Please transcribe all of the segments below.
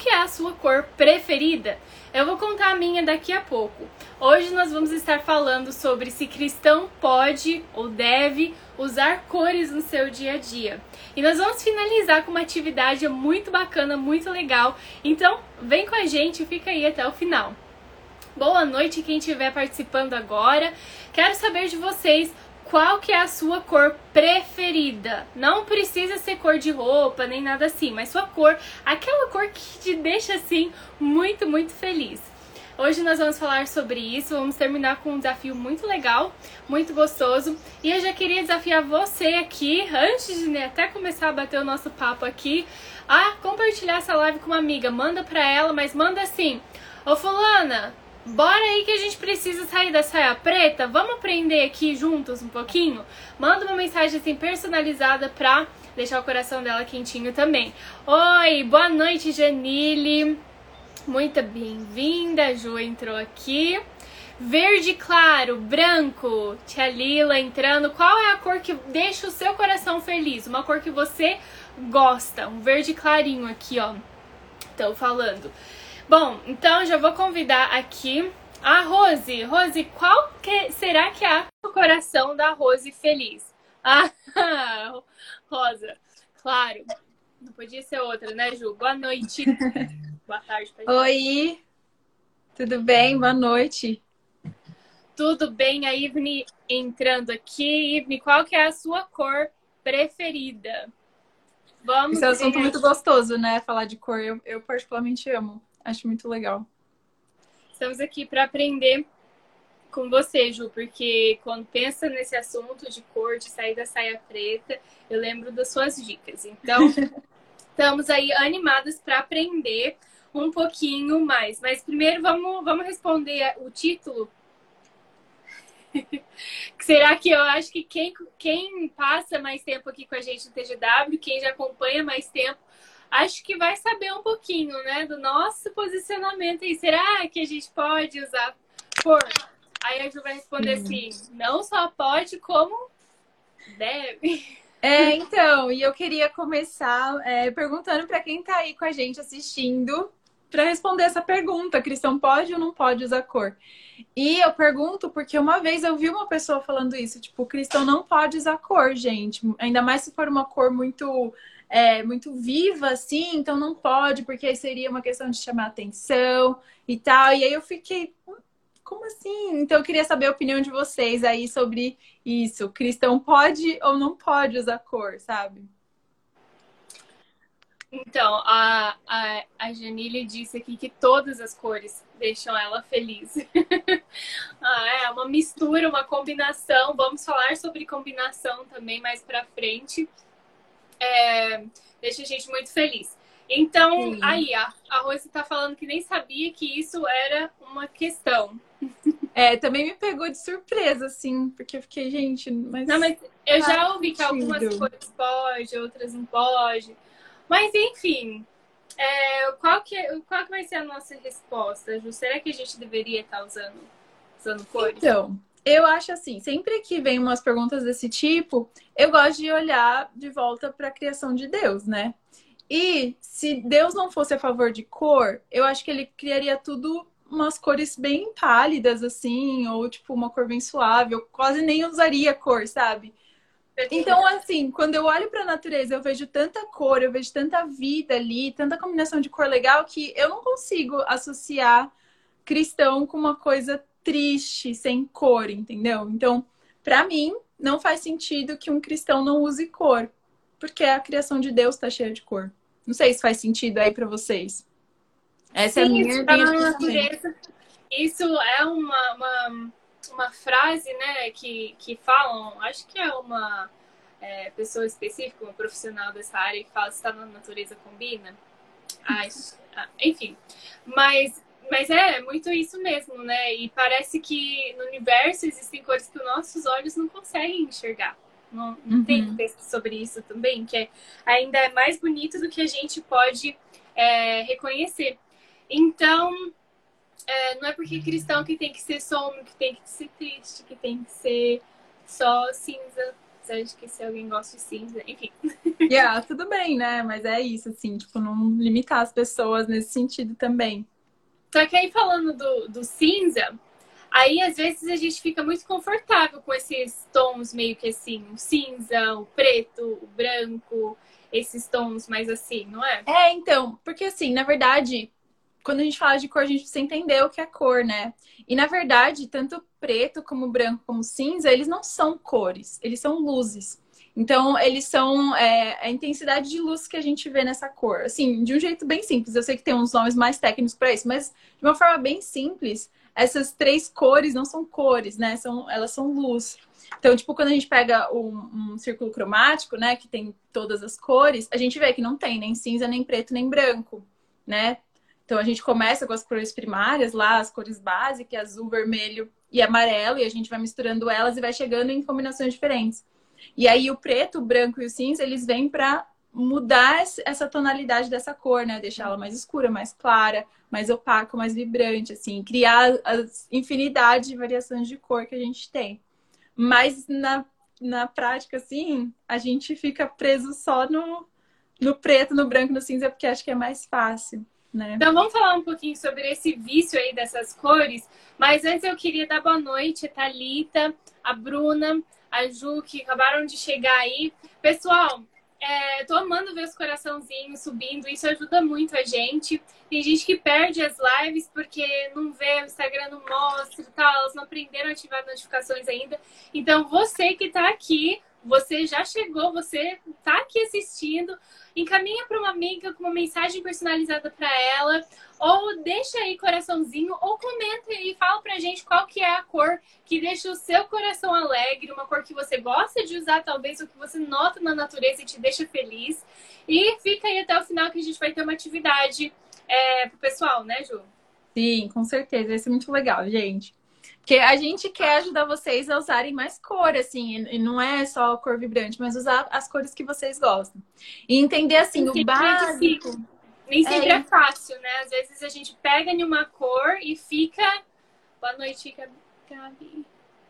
que é a sua cor preferida? Eu vou contar a minha daqui a pouco. Hoje nós vamos estar falando sobre se cristão pode ou deve usar cores no seu dia a dia. E nós vamos finalizar com uma atividade muito bacana, muito legal. Então, vem com a gente e fica aí até o final. Boa noite quem estiver participando agora. Quero saber de vocês qual que é a sua cor preferida. Não precisa ser cor de roupa, nem nada assim, mas sua cor, aquela cor que te deixa assim muito, muito feliz. Hoje nós vamos falar sobre isso, vamos terminar com um desafio muito legal, muito gostoso. E eu já queria desafiar você aqui, antes de até começar a bater o nosso papo aqui, a compartilhar essa live com uma amiga. Manda pra ela, mas manda assim: ô fulana, bora aí que a gente precisa sair da saia preta? Vamos aprender aqui juntos um pouquinho? Manda uma mensagem assim personalizada pra deixar o coração dela quentinho também. Oi, boa noite, Janile. Muito bem-vinda, a Ju entrou aqui. Verde claro, branco, tia Lila entrando. Qual é a cor que deixa o seu coração feliz? Uma cor que você gosta. Um verde clarinho aqui, ó. Tô falando. Bom, então já vou convidar aqui a Rose. Rose, qual será que é o coração da Rose feliz? Ah, Rosa, claro. Não podia ser outra, né, Ju? Boa noite. Boa tarde pra gente. Oi, tudo bem? Boa noite. Tudo bem? A Ivne entrando aqui. Ivne, qual que é a sua cor preferida? Vamos Esse é um assunto muito gostoso, né? Falar de cor. Eu particularmente amo. Acho muito legal. Estamos aqui para aprender com você, Ju, porque quando pensa nesse assunto de cor, de sair da saia preta, eu lembro das suas dicas. Então, estamos aí animadas para aprender um pouquinho mais. Mas primeiro vamos responder o título. Será que eu acho que quem passa mais tempo aqui com a gente no TGW, quem já acompanha mais tempo, acho que vai saber um pouquinho, né, do nosso posicionamento aí. Será que a gente pode usar cor? Aí a Ju vai responder assim, não só pode, como deve. Então, e eu queria começar perguntando para quem tá aí com a gente assistindo, para responder essa pergunta: cristão pode ou não pode usar cor? E eu pergunto porque uma vez eu vi uma pessoa falando isso, tipo, o cristão não pode usar cor, gente. Ainda mais se for uma cor muito viva, assim, então não pode, porque aí seria uma questão de chamar atenção e tal. E aí eu fiquei, como assim? Então eu queria saber a opinião de vocês aí sobre isso. Cristão pode ou não pode usar cor, sabe? Então, a Janile disse aqui que todas as cores deixam ela feliz. É uma mistura, uma combinação. Vamos falar sobre combinação também mais pra frente. Deixa a gente muito feliz. Então, aí, a Rose tá falando que nem sabia que isso era uma questão. Também me pegou de surpresa, assim, porque eu fiquei, gente, mas... Não, mas eu já ouvi que algumas cores pode, outras não pode. Mas, enfim, qual que vai ser a nossa resposta, Ju? Será que a gente deveria estar usando cores? Então, eu acho assim, sempre que vem umas perguntas desse tipo, eu gosto de olhar de volta para a criação de Deus, né? E se Deus não fosse a favor de cor, eu acho que ele criaria tudo umas cores bem pálidas, assim, ou tipo uma cor bem suave. Eu quase nem usaria cor, sabe? Então, assim, quando eu olho para a natureza, eu vejo tanta cor, eu vejo tanta vida ali, tanta combinação de cor legal, que eu não consigo associar cristão com uma coisa triste, sem cor, entendeu? Então, para mim, não faz sentido que um cristão não use cor, porque a criação de Deus está cheia de cor. Não sei se faz sentido aí para vocês. Essa é a minha Isso tá na natureza. Isso é uma frase, né, que falam, acho que é uma pessoa específica, uma profissional dessa área que fala se está na natureza combina. Enfim, mas é muito isso mesmo, né? E parece que no universo existem cores que os nossos olhos não conseguem enxergar. Não tem texto sobre isso também, que ainda é mais bonito do que a gente pode reconhecer. Então, não é porque cristão que tem que ser sombrio, que tem que ser triste, que tem que ser só cinza. Acho que se alguém gosta de cinza, enfim. Yeah, tudo bem, né? Mas é isso, assim, tipo, não limitar as pessoas nesse sentido também. Só que aí falando do cinza, aí às vezes a gente fica muito confortável com esses tons meio que assim, o cinza, o preto, o branco, esses tons mais assim, não é? É, então, porque assim, na verdade, quando a gente fala de cor, a gente precisa entender o que é cor, né? E na verdade, tanto preto como branco como cinza, eles não são cores, eles são luzes. Então, eles são a intensidade de luz que a gente vê nessa cor. Assim, de um jeito bem simples. Eu sei que tem uns nomes mais técnicos para isso, mas de uma forma bem simples, essas três cores não são cores, né? Elas são luz. Então, tipo, quando a gente pega um círculo cromático, né, que tem todas as cores, a gente vê que não tem nem cinza, nem preto, nem branco, né? Então, a gente começa com as cores primárias lá, as cores básicas, azul, vermelho e amarelo, e a gente vai misturando elas e vai chegando em combinações diferentes. E aí, o preto, o branco e o cinza, eles vêm para mudar essa tonalidade dessa cor, né? Deixá-la mais escura, mais clara, mais opaca, mais vibrante, assim, criar as infinidade de variações de cor que a gente tem. Mas na prática, assim, a gente fica preso só no preto, no branco, no cinza, porque acho que é mais fácil, né? Então vamos falar um pouquinho sobre esse vício aí dessas cores, mas antes eu queria dar boa noite a Thalita, a Bruna, a Ju, que acabaram de chegar aí. Pessoal, tô amando ver os coraçãozinhos subindo, isso ajuda muito a gente. Tem gente que perde as lives porque não vê, o Instagram não mostra e tal, elas não aprenderam a ativar notificações ainda. Então, você que tá aqui, você já chegou, você tá aqui assistindo, encaminha para uma amiga com uma mensagem personalizada para ela, ou deixa aí coraçãozinho, ou comenta aí, fala pra gente qual que é a cor que deixa o seu coração alegre, uma cor que você gosta de usar, talvez o que você nota na natureza e te deixa feliz. E fica aí até o final que a gente vai ter uma atividade pro pessoal, né, Ju? Sim, com certeza. Vai ser muito legal, gente. Porque a gente quer ajudar vocês a usarem mais cor, assim, e não é só cor vibrante, mas usar as cores que vocês gostam. E entender, assim, o básico. Nem sempre é fácil, né? Às vezes a gente pega em uma cor e fica. Boa noite, Gabi.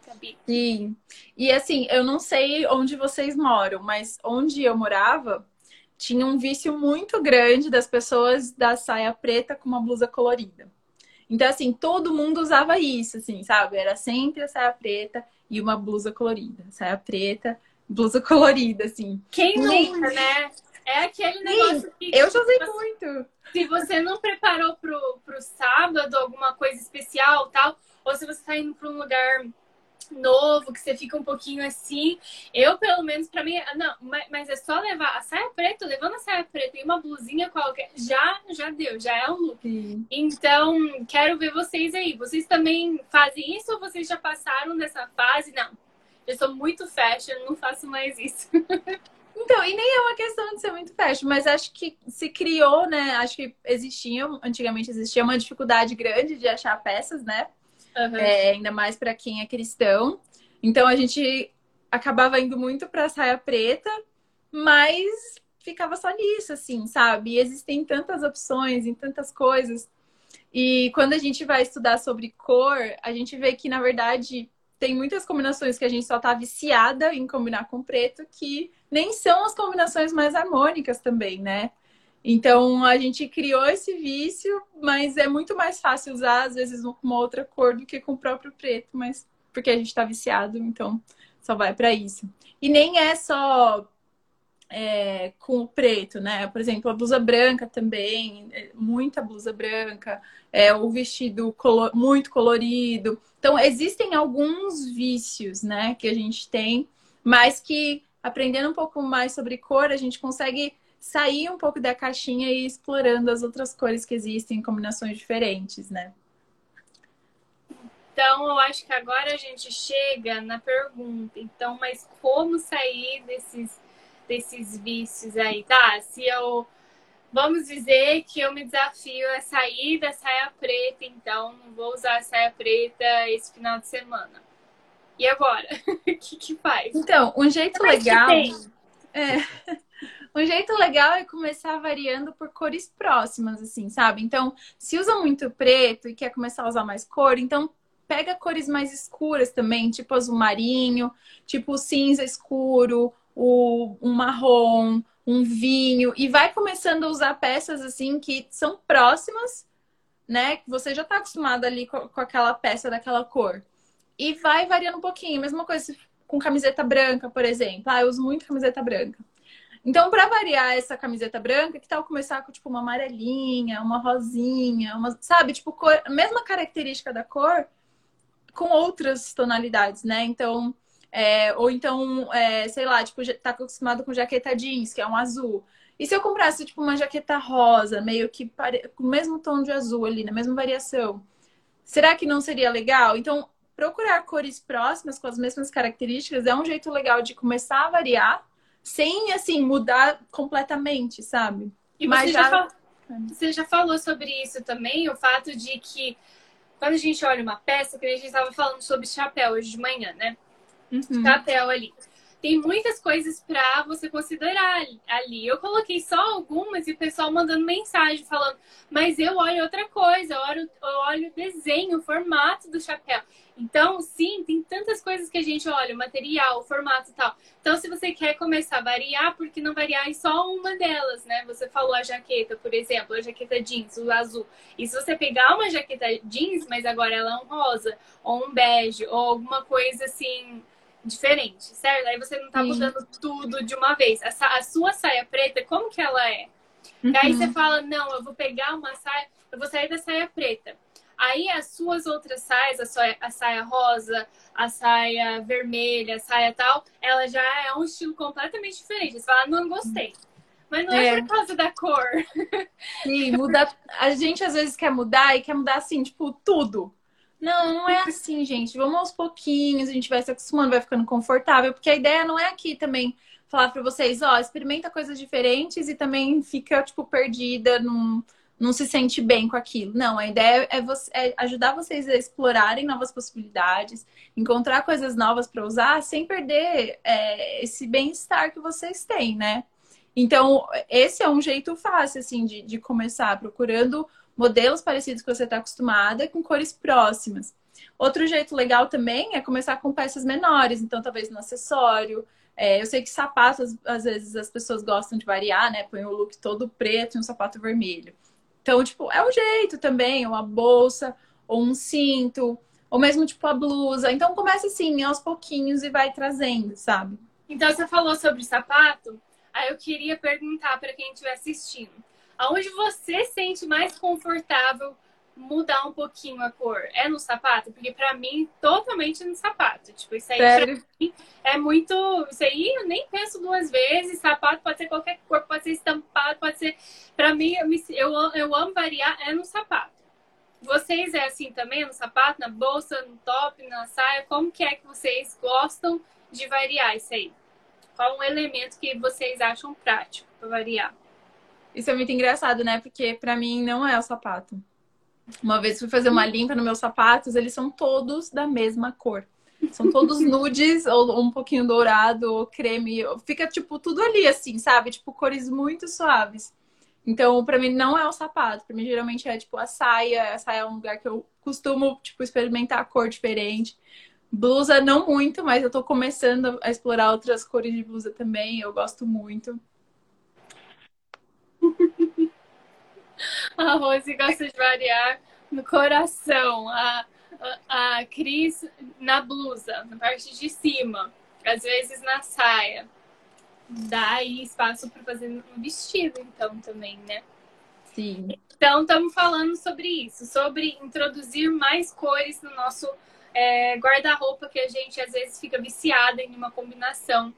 Sim. E assim, eu não sei onde vocês moram, mas onde eu morava, tinha um vício muito grande das pessoas da saia preta com uma blusa colorida. Então, assim, todo mundo usava isso, assim, sabe? Era sempre a saia preta e uma blusa colorida. Saia preta, blusa colorida, assim. Quem nunca, né? É aquele negócio que... Eu já usei muito. Se você não preparou pro sábado alguma coisa especial, tal, ou se você tá indo pra um lugar novo, que você fica um pouquinho assim, eu, pelo menos, pra mim, não, mas é só levar a saia preta, levando a saia preta e uma blusinha qualquer, já deu, já é um look. Sim. Então, quero ver vocês aí. Vocês também fazem isso ou vocês já passaram dessa fase? Não, eu sou muito fashion, não faço mais isso. Então, e nem é uma questão de ser muito fashion, mas acho que se criou, né? Acho que antigamente existia uma dificuldade grande de achar peças, né? Uhum. Ainda mais para quem é cristão. Então a gente acabava indo muito para saia preta, mas ficava só nisso, assim, sabe? E existem tantas opções em tantas coisas. E quando a gente vai estudar sobre cor, a gente vê que, na verdade, tem muitas combinações que a gente só tá viciada em combinar com preto, que nem são as combinações mais harmônicas também, né? Então a gente criou esse vício, mas é muito mais fácil usar, às vezes, com uma outra cor do que com o próprio preto, mas porque a gente tá viciado, então só vai para isso. E nem é só com o preto, né? Por exemplo, a blusa branca também, muita blusa branca, o vestido muito colorido. Então, existem alguns vícios, né, que a gente tem, mas que aprendendo um pouco mais sobre cor, a gente consegue sair um pouco da caixinha e ir explorando as outras cores que existem em combinações diferentes, né? Então, eu acho que agora a gente chega na pergunta. Então, mas como sair desses vícios aí, tá? Vamos dizer que eu me desafio a sair da saia preta, então não vou usar a saia preta esse final de semana. E agora? O que faz? Então, um jeito legal... Um jeito legal é começar variando por cores próximas, assim, sabe? Então, se usa muito preto e quer começar a usar mais cor, então pega cores mais escuras também, tipo azul marinho, tipo cinza escuro, um marrom, um vinho, e vai começando a usar peças assim que são próximas, né? Que você já tá acostumado ali com aquela peça daquela cor. E vai variando um pouquinho. Mesma coisa com camiseta branca, por exemplo. Ah, eu uso muito camiseta branca. Então, para variar essa camiseta branca, que tal começar com tipo uma amarelinha, uma rosinha, uma, sabe, tipo cor, mesma característica da cor com outras tonalidades, né? Então, ou então, sei lá, tipo, tá acostumado com jaqueta jeans, que é um azul. E se eu comprasse tipo uma jaqueta rosa, meio que com o mesmo tom de azul ali, na mesma variação, será que não seria legal? Então, procurar cores próximas com as mesmas características é um jeito legal de começar a variar sem, assim, mudar completamente, sabe? E Mas já... você já falou sobre isso também, o fato de que quando a gente olha uma peça, que a gente estava falando sobre chapéu hoje de manhã, né? Uhum. Chapéu ali. Tem muitas coisas para você considerar ali. Eu coloquei só algumas e o pessoal mandando mensagem falando, mas eu olho outra coisa, eu olho o desenho, o formato do chapéu. Então, sim, tem tantas coisas que a gente olha, o material, o formato e tal. Então, se você quer começar a variar, por que não variar em só uma delas, né? Você falou a jaqueta, por exemplo, a jaqueta jeans, o azul. E se você pegar uma jaqueta jeans, mas agora ela é um rosa, ou um bege, ou alguma coisa assim diferente, certo? Aí você não tá mudando tudo de uma vez. A sua saia preta, como que ela é? Uhum. E aí você fala, não, eu vou pegar uma saia, eu vou sair da saia preta. Aí as suas outras saias, a saia rosa, a saia vermelha, a saia tal, ela já é um estilo completamente diferente. Você fala, não gostei. Mas não é por causa da cor. Sim, muda. A gente às vezes quer mudar e quer mudar assim, tipo, tudo. Não, não é assim, gente. Vamos aos pouquinhos, a gente vai se acostumando, vai ficando confortável, porque a ideia não é aqui também falar pra vocês, ó, experimenta coisas diferentes e também fica, tipo, perdida, não se sente bem com aquilo. Não, a ideia é ajudar vocês a explorarem novas possibilidades, encontrar coisas novas para usar, sem perder esse bem-estar que vocês têm, né? Então, esse é um jeito fácil, assim, de começar, procurando modelos parecidos que você está acostumada, com cores próximas. Outro jeito legal também é começar com peças menores, então talvez no acessório. Eu sei que sapatos, às vezes, as pessoas gostam de variar, né? Põe o look todo preto e um sapato vermelho. Então, tipo, é um jeito também, uma bolsa, ou um cinto, ou mesmo, tipo, a blusa. Então, começa assim, aos pouquinhos e vai trazendo, sabe? Então, você falou sobre sapato. Aí eu queria perguntar para quem estiver assistindo. Aonde você sente mais confortável mudar um pouquinho a cor? É no sapato? Porque para mim, totalmente no sapato. Tipo, isso aí pra mim é muito... Isso aí eu nem penso duas vezes. Sapato pode ser qualquer cor, pode ser estampado, pode ser... Para mim, eu amo variar, é no sapato. Vocês é assim também? No sapato, na bolsa, no top, na saia? Como que é que vocês gostam de variar isso aí? Qual um elemento que vocês acham prático para variar? Isso é muito engraçado, né? Porque pra mim não é o sapato. Uma vez fui fazer uma limpa nos meus sapatos, eles são todos da mesma cor. São todos nudes, ou um pouquinho dourado, ou creme. Fica, tipo, tudo ali, assim, sabe? Tipo, cores muito suaves. Então, pra mim, não é o sapato. Pra mim, geralmente é, tipo, a saia. A saia é um lugar que eu costumo, tipo, experimentar a cor diferente. Blusa, não muito, mas eu tô começando a explorar outras cores de blusa também. Eu gosto muito. A Rose gosta de variar no coração. A Cris na blusa, na parte de cima. Às vezes na saia. Dá aí espaço para fazer no vestido, então, também, né? Sim. Então, estamos falando sobre isso. Sobre introduzir mais cores no nosso guarda-roupa, que a gente às vezes fica viciada em uma combinação.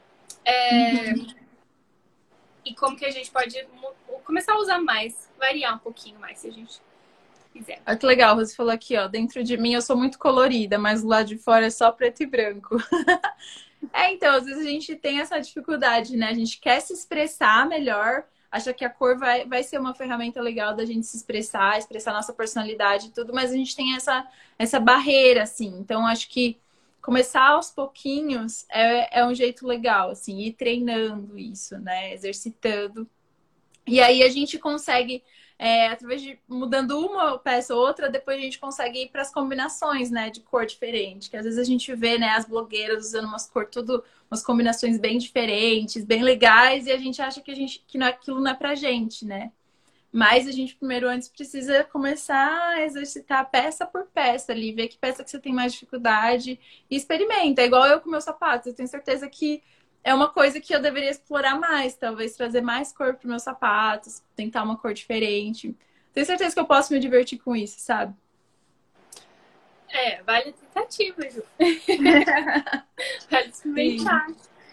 E como que a gente pode começar a usar mais, variar um pouquinho mais, se a gente quiser. Olha que legal, você falou aqui, ó, dentro de mim eu sou muito colorida, mas do lado de fora é só preto e branco. Então, às vezes a gente tem essa dificuldade, né? A gente quer se expressar melhor, acha que a cor vai ser uma ferramenta legal da gente se expressar nossa personalidade e tudo, mas a gente tem essa barreira, assim. Então, acho que começar aos pouquinhos é um jeito legal, assim, ir treinando isso, né? Exercitando. E aí a gente consegue através de mudando uma peça ou outra, depois a gente consegue ir para as combinações, né, de cor diferente. Que às vezes a gente vê, né, as blogueiras usando umas combinações bem diferentes, bem legais, e a gente acha que aquilo não é pra gente, né? Mas a gente primeiro antes precisa começar a exercitar peça por peça ali, ver que peça que você tem mais dificuldade e experimenta. É igual eu com meus sapatos. Eu tenho certeza que é uma coisa que eu deveria explorar mais, talvez trazer mais cor para meus sapatos, tentar uma cor diferente. Tenho certeza que eu posso me divertir com isso, sabe? Vale a tentativa, Ju. Vale experimentar.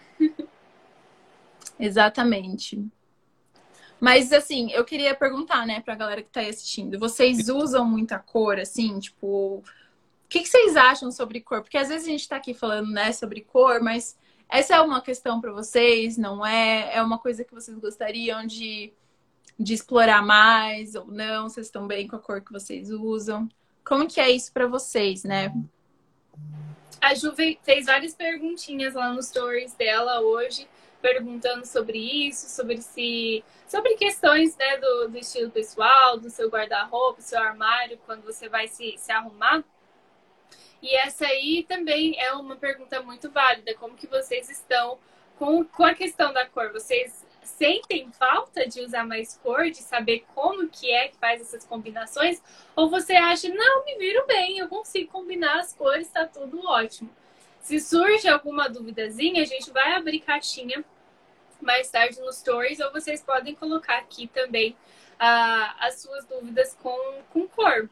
Exatamente. Mas, assim, eu queria perguntar, né, pra galera que tá aí assistindo. Vocês usam muita cor, assim? Tipo, o que vocês acham sobre cor? Porque às vezes a gente tá aqui falando, né, sobre cor, mas essa é uma questão pra vocês, não é? É uma coisa que vocês gostariam de explorar mais ou não? Vocês estão bem com a cor que vocês usam? Como que é isso pra vocês, né? A Ju fez várias perguntinhas lá nos stories dela hoje, perguntando sobre isso, sobre questões, né, do estilo pessoal, do seu guarda-roupa, do seu armário, quando você vai se arrumar. E essa aí também é uma pergunta muito válida. Como que vocês estão com a questão da cor? Vocês sentem falta de usar mais cor, de saber como que é que faz essas combinações? Ou você acha, não, me viro bem, eu consigo combinar as cores, tá tudo ótimo. Se surge alguma duvidazinha, a gente vai abrir caixinha mais tarde nos stories, ou vocês podem colocar aqui também as suas dúvidas com cor.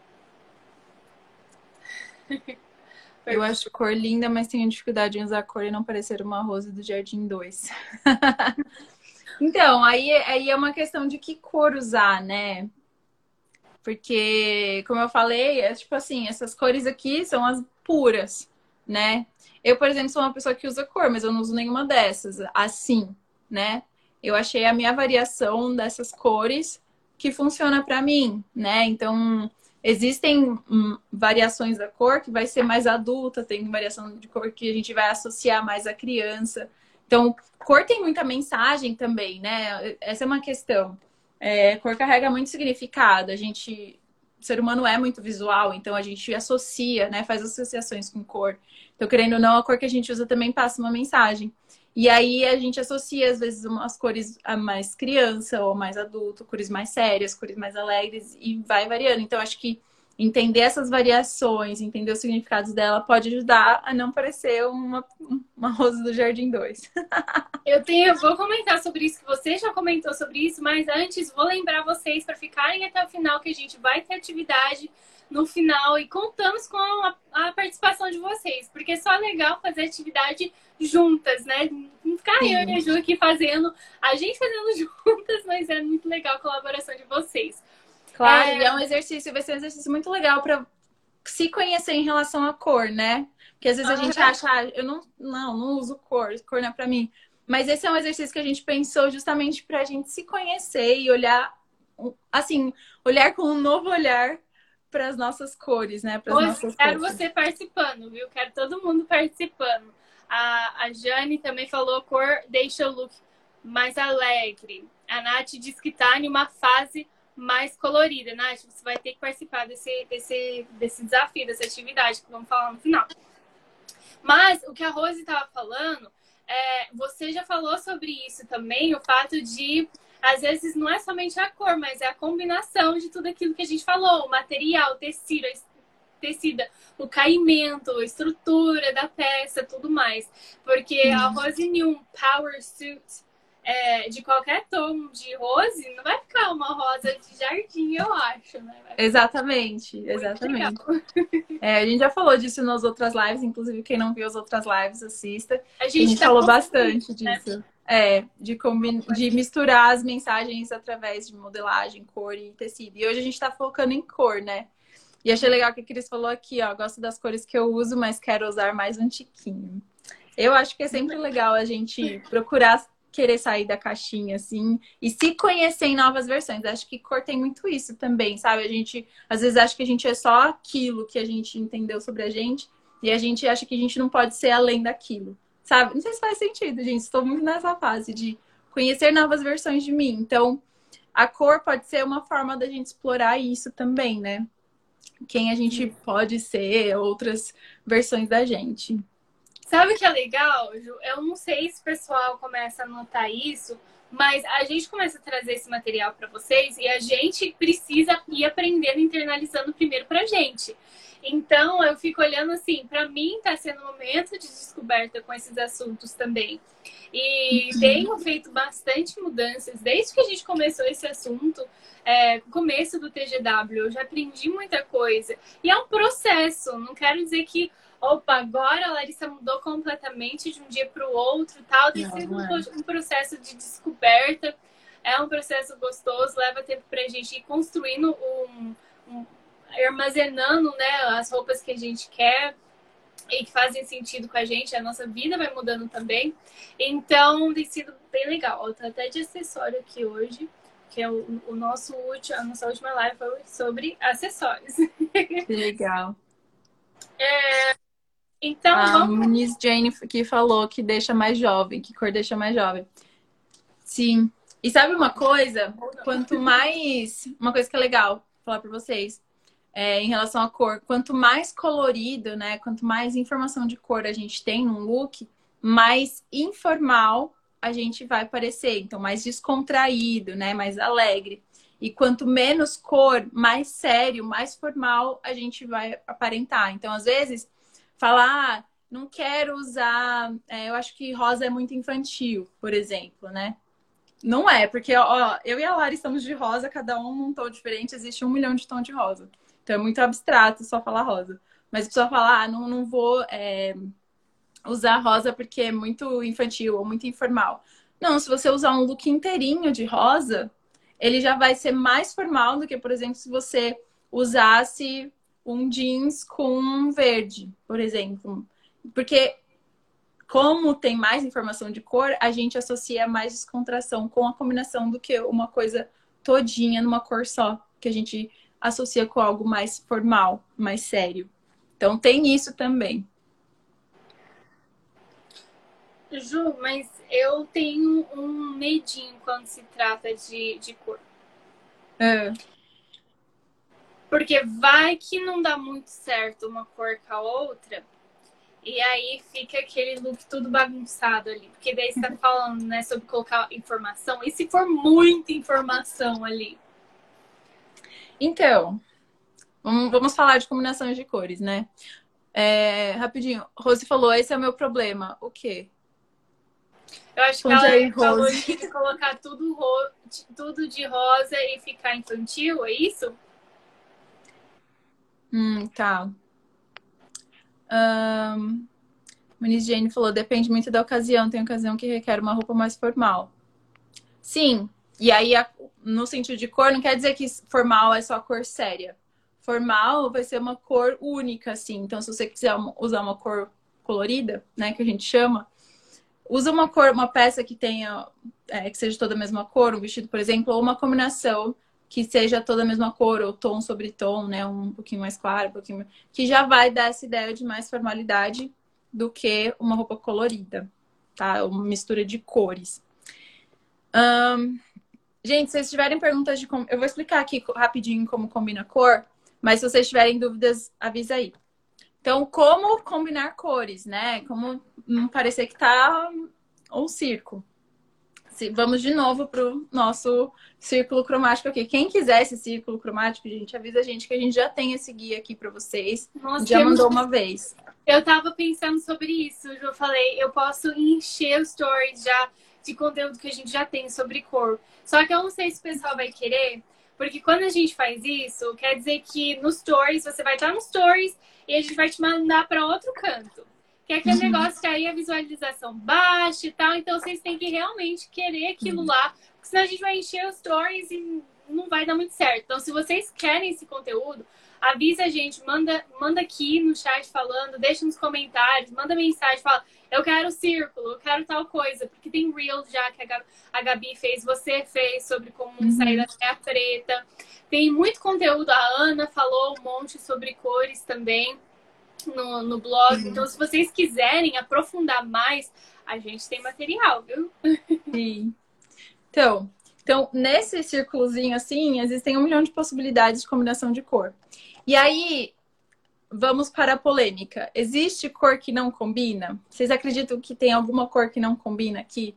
Eu acho cor linda, mas tenho dificuldade em usar cor e não parecer uma rosa do Jardim 2. Então, aí é uma questão de que cor usar, né? Porque, como eu falei, é tipo assim, essas cores aqui são as puras, né? Eu, por exemplo, sou uma pessoa que usa cor, mas eu não uso nenhuma dessas, assim, né? Eu achei a minha variação dessas cores que funciona pra mim, né? Então, existem variações da cor que vai ser mais adulta, tem variação de cor que a gente vai associar mais à criança. Então, cor tem muita mensagem também, né? Essa é uma questão. Cor carrega muito significado. O ser humano é muito visual, então a gente associa, né? Faz associações com cor. Então, querendo ou não, a cor que a gente usa também passa uma mensagem. E aí a gente associa, às vezes, umas cores a mais criança ou mais adulto, cores mais sérias, cores mais alegres, e vai variando. Então, acho que entender essas variações, entender os significados dela, pode ajudar a não parecer uma rosa do Jardim 2. Eu vou comentar sobre isso, que você já comentou sobre isso, mas antes vou lembrar vocês para ficarem até o final, que a gente vai ter atividade no final e contamos com a participação de vocês, porque é só legal fazer atividade juntas, né? Não ficar eu e a Ju aqui fazendo, a gente fazendo juntas, mas é muito legal a colaboração de vocês. Claro, e é um exercício, vai ser um exercício muito legal para se conhecer em relação à cor, né? Porque às vezes a gente acha, eu não uso cor não é para mim. Mas esse é um exercício que a gente pensou justamente para a gente se conhecer e olhar, assim, olhar com um novo olhar para as nossas cores, né? Para as nossas quero cores. você participando, viu? Quero todo mundo participando. A Jane também falou cor deixa o look mais alegre. A Nath diz que tá em uma fase mais colorida. Nath, você vai ter que participar desse desafio, dessa atividade que vamos falar no final. Mas o que a Rose estava falando, você já falou sobre isso também, o fato de, às vezes, não é somente a cor, mas é a combinação de tudo aquilo que a gente falou, o material, o tecido, o caimento, a estrutura da peça, tudo mais. Porque a Rose New Power Suit de qualquer tom de rose, não vai ficar uma rosa de jardim, eu acho, né? Exatamente. A gente já falou disso nas outras lives, inclusive quem não viu as outras lives, assista. A gente falou bastante disso. Né? De misturar as mensagens através de modelagem, cor e tecido. E hoje a gente tá focando em cor, né? E achei legal que a Cris falou aqui, ó, gosto das cores que eu uso, mas quero usar mais um tiquinho. Eu acho que é sempre legal a gente procurar querer sair da caixinha, assim, e se conhecer em novas versões. Acho que cor tem muito isso também, sabe? A gente, às vezes, acha que a gente é só aquilo que a gente entendeu sobre a gente, e a gente acha que a gente não pode ser além daquilo, sabe? Não sei se faz sentido, gente. Estou muito nessa fase de conhecer novas versões de mim. Então, a cor pode ser uma forma da gente explorar isso também, né? Quem a gente pode ser, outras versões da gente. Sabe o que é legal, Ju? Eu não sei se o pessoal começa a notar isso, mas a gente começa a trazer esse material para vocês e a gente precisa ir aprendendo, internalizando primeiro pra gente. Então, eu fico olhando assim, para mim tá sendo um momento de descoberta com esses assuntos também. E tenho feito bastante mudanças desde que a gente começou esse assunto, no começo do TGW. Eu já aprendi muita coisa. E é um processo, não quero dizer que opa, agora a Larissa mudou completamente de um dia para o outro, tal. Tem sido um processo de descoberta. É um processo gostoso, leva tempo para a gente ir construindo armazenando, né, as roupas que a gente quer e que fazem sentido com a gente. A nossa vida vai mudando também. Então tem sido bem legal. Eu tô até de acessório aqui hoje, que é a nossa última live foi sobre acessórios. Que legal. Então, a Muniz Jane que falou que deixa mais jovem, que cor deixa mais jovem. Sim. E sabe uma coisa? Quanto mais... Uma coisa que é legal falar pra vocês, em relação à cor. Quanto mais colorido, né? Quanto mais informação de cor a gente tem num look, mais informal a gente vai parecer. Então, mais descontraído, né? Mais alegre. E quanto menos cor, mais sério, mais formal a gente vai aparentar. Então, às vezes... falar, não quero usar... eu acho que rosa é muito infantil, por exemplo, né? Não é, porque ó, eu e a Lara estamos de rosa, cada um num tom diferente, existe 1 milhão de tons de rosa. Então é muito abstrato só falar rosa. Mas a pessoa falar, não vou usar rosa porque é muito infantil ou muito informal. Não, se você usar um look inteirinho de rosa, ele já vai ser mais formal do que, por exemplo, se você usasse um jeans com verde, por exemplo. Porque como tem mais informação de cor, a gente associa mais descontração com a combinação do que uma coisa todinha numa cor só, que a gente associa com algo mais formal, mais sério. Então tem isso também. Ju, mas eu tenho um medinho quando se trata de cor. Porque vai que não dá muito certo uma cor com a outra. E aí fica aquele look tudo bagunçado ali. Porque daí você tá falando, né, sobre colocar informação. E se for muita informação ali? Então, vamos falar de combinações de cores, né? Rapidinho, Rose falou, esse é o meu problema. O quê? Eu acho que ela falou de colocar tudo de rosa e ficar infantil, é isso? Tá. Muniz Jane falou, depende muito da ocasião. Tem ocasião que requer uma roupa mais formal. Sim. E aí, no sentido de cor, não quer dizer que formal é só cor séria. Formal vai ser uma cor única, assim. Então, se você quiser usar uma cor colorida, né, que a gente chama, usa uma cor, uma peça que tenha, que seja toda a mesma cor, um vestido, por exemplo, ou uma combinação que seja toda a mesma cor, ou tom sobre tom, né? Um pouquinho mais claro, que já vai dar essa ideia de mais formalidade do que uma roupa colorida, tá? Uma mistura de cores. Gente, se vocês tiverem perguntas de como... Eu vou explicar aqui rapidinho como combina a cor, mas se vocês tiverem dúvidas, avisa aí. Então, como combinar cores, né? Como não parecer que tá um circo. Vamos de novo pro nosso círculo cromático aqui. Quem quiser esse círculo cromático, gente, avisa a gente que a gente já tem esse guia aqui para vocês. Nossa, já mandou uma vez. Eu tava pensando sobre isso. Eu falei, eu posso encher os stories já de conteúdo que a gente já tem sobre cor. Só que eu não sei se o pessoal vai querer, porque quando a gente faz isso, quer dizer que nos stories, você vai estar nos stories e a gente vai te mandar para outro canto. Que é aquele negócio que aí a visualização baixa e tal. Então, vocês têm que realmente querer aquilo lá. Porque senão a gente vai encher os stories e não vai dar muito certo. Então, se vocês querem esse conteúdo, avisa a gente. Manda aqui no chat falando. Deixa nos comentários. Manda mensagem. Fala, eu quero círculo. Eu quero tal coisa. Porque tem Reels já que a Gabi fez. Você fez sobre como sair da terra preta. Tem muito conteúdo. A Ana falou um monte sobre cores também. No blog. Então, se vocês quiserem aprofundar mais, a gente tem material, viu? Sim. Então, Então, nesse círculozinho assim, existem 1 milhão de possibilidades de combinação de cor. E aí, vamos para a polêmica. Existe cor que não combina? Vocês acreditam que tem alguma cor que não combina aqui?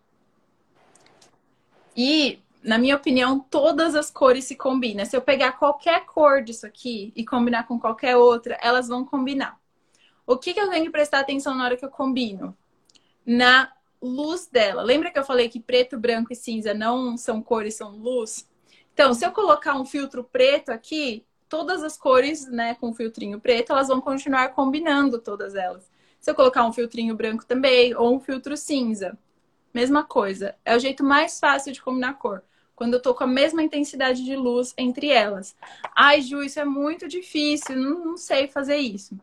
E, na minha opinião, todas as cores se combinam. Se eu pegar qualquer cor disso aqui e combinar com qualquer outra, elas vão combinar. O que eu tenho que prestar atenção na hora que eu combino? Na luz dela. Lembra que eu falei que preto, branco e cinza não são cores, são luz? Então, se eu colocar um filtro preto aqui, todas as cores, né, com filtrinho preto, elas vão continuar combinando todas elas. Se eu colocar um filtrinho branco também, ou um filtro cinza, mesma coisa. É o jeito mais fácil de combinar cor. Quando eu tô com a mesma intensidade de luz entre elas. Ai, Ju, isso é muito difícil, não sei fazer isso.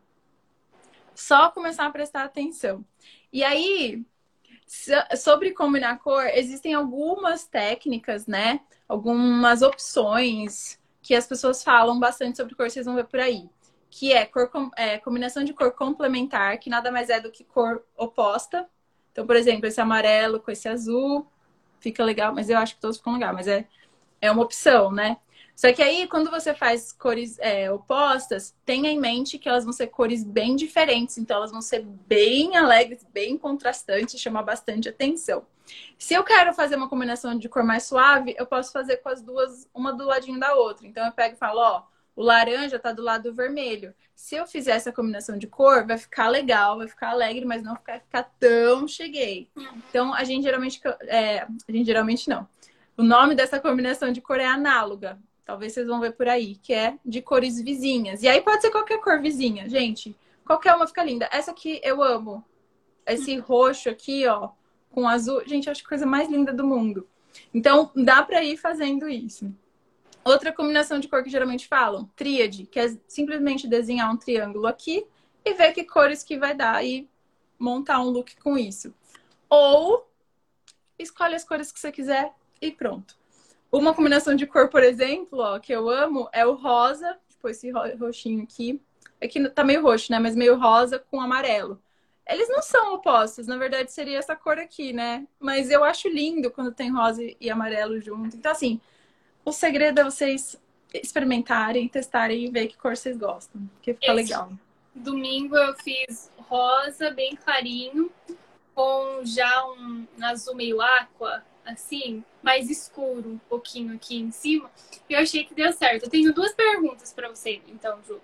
Só começar a prestar atenção. E aí, sobre combinar cor, existem algumas técnicas, né? Algumas opções que as pessoas falam bastante sobre cor, vocês vão ver por aí. Que é, combinação de cor complementar, que nada mais é do que cor oposta. Então, por exemplo, esse amarelo com esse azul fica legal, mas eu acho que todos ficam legais, mas é uma opção, né? Só que aí, quando você faz cores opostas, tenha em mente que elas vão ser cores bem diferentes. Então, elas vão ser bem alegres, bem contrastantes, chamar bastante atenção. Se eu quero fazer uma combinação de cor mais suave, eu posso fazer com as duas, uma do ladinho da outra. Então, eu pego e falo, ó, o laranja tá do lado do vermelho. Se eu fizer essa combinação de cor, vai ficar legal, vai ficar alegre, mas não vai ficar tão cheguei. Então, a gente geralmente não. O nome dessa combinação de cor é análoga. Talvez vocês vão ver por aí, que é de cores vizinhas. E aí pode ser qualquer cor vizinha, gente. Qualquer uma fica linda. Essa aqui eu amo. Esse roxo aqui, ó, com azul. Gente, eu acho a coisa mais linda do mundo. Então, dá pra ir fazendo isso. Outra combinação de cor que geralmente falam, tríade, que é simplesmente desenhar um triângulo aqui e ver que cores que vai dar e montar um look com isso. Ou escolhe as cores que você quiser e pronto. Uma combinação de cor, por exemplo, ó, que eu amo, é o rosa, tipo esse roxinho aqui. Aqui tá meio roxo, né? Mas meio rosa com amarelo. Eles não são opostos, na verdade seria essa cor aqui, né? Mas eu acho lindo quando tem rosa e amarelo junto. Então, assim, o segredo é vocês experimentarem, testarem e ver que cor vocês gostam, porque fica legal. Domingo eu fiz rosa bem clarinho, com já um azul meio aqua, assim, mais escuro, um pouquinho aqui em cima. E eu achei que deu certo. Eu tenho 2 perguntas para você, então, Ju.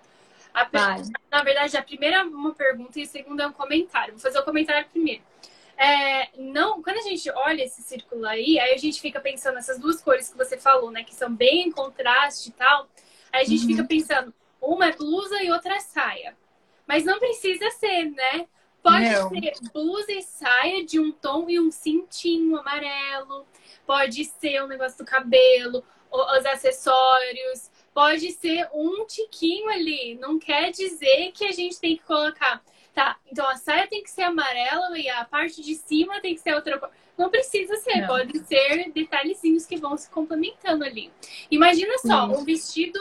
Na verdade, a primeira é uma pergunta e a segunda é um comentário. Vou fazer o comentário primeiro. Quando a gente olha esse círculo aí a gente fica pensando nessas 2 cores que você falou, né? Que são bem em contraste e tal. Aí a gente fica pensando, uma é blusa e outra é saia. Mas não precisa ser, né? Pode ser blusa e saia de um tom e um cintinho amarelo. Pode ser um negócio do cabelo, os acessórios. Pode ser um tiquinho ali. Não quer dizer que a gente tem que colocar. Tá, então a saia tem que ser amarela e a parte de cima tem que ser outra cor. Não precisa ser, pode ser detalhezinhos que vão se complementando ali. Imagina só, um vestido...